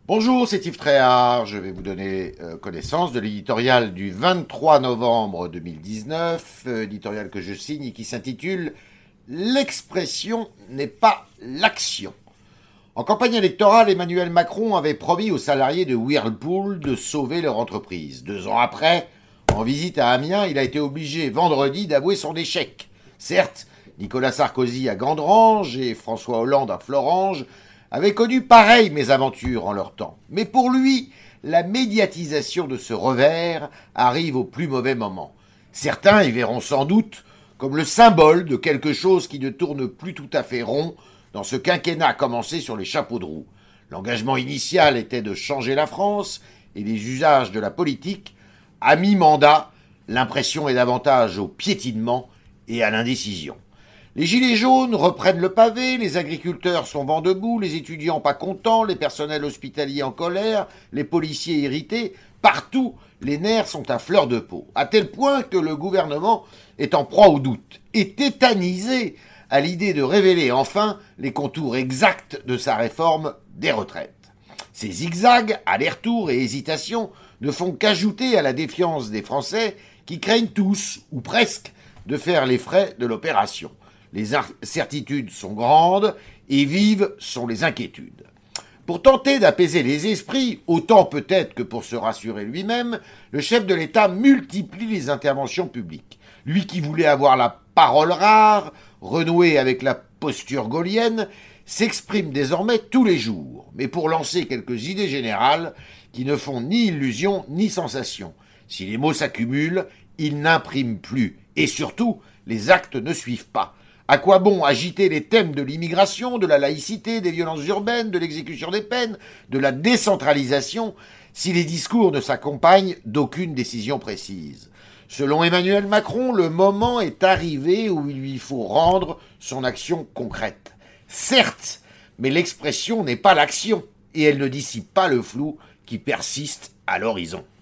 Bonjour, c'est Yves Tréhard. Je vais vous donner connaissance de l'éditorial du 23 novembre 2019, éditorial que je signe et qui s'intitule « L'expression n'est pas l'action ». En campagne électorale, Emmanuel Macron avait promis aux salariés de Whirlpool de sauver leur entreprise. 2 ans après, en visite à Amiens, il a été obligé vendredi d'avouer son échec. Certes, Nicolas Sarkozy à Gandrange et François Hollande à Florange avaient connu pareilles mésaventures en leur temps. Mais pour lui, la médiatisation de ce revers arrive au plus mauvais moment. Certains y verront sans doute comme le symbole de quelque chose qui ne tourne plus tout à fait rond dans ce quinquennat commencé sur les chapeaux de roue. L'engagement initial était de changer la France et les usages de la politique. À mi-mandat, l'impression est davantage au piétinement et à l'indécision. Les gilets jaunes reprennent le pavé, les agriculteurs sont vent debout, les étudiants pas contents, les personnels hospitaliers en colère, les policiers irrités. Partout, les nerfs sont à fleur de peau, à tel point que le gouvernement est en proie au doute et tétanisé à l'idée de révéler enfin les contours exacts de sa réforme des retraites. Ces zigzags, allers-retours et hésitations ne font qu'ajouter à la défiance des Français qui craignent tous, ou presque, de faire les frais de l'opération. Les incertitudes sont grandes et vives sont les inquiétudes. Pour tenter d'apaiser les esprits, autant peut-être que pour se rassurer lui-même, le chef de l'État multiplie les interventions publiques. Lui qui voulait avoir la parole rare, renouer avec la posture gaulienne, s'exprime désormais tous les jours, mais pour lancer quelques idées générales qui ne font ni illusion ni sensation. Si les mots s'accumulent, ils n'impriment plus, et surtout, les actes ne suivent pas. À quoi bon agiter les thèmes de l'immigration, de la laïcité, des violences urbaines, de l'exécution des peines, de la décentralisation, si les discours ne s'accompagnent d'aucune décision précise? Selon Emmanuel Macron, le moment est arrivé où il lui faut rendre son action concrète. Certes, mais l'expression n'est pas l'action, et elle ne dissipe pas le flou qui persiste à l'horizon.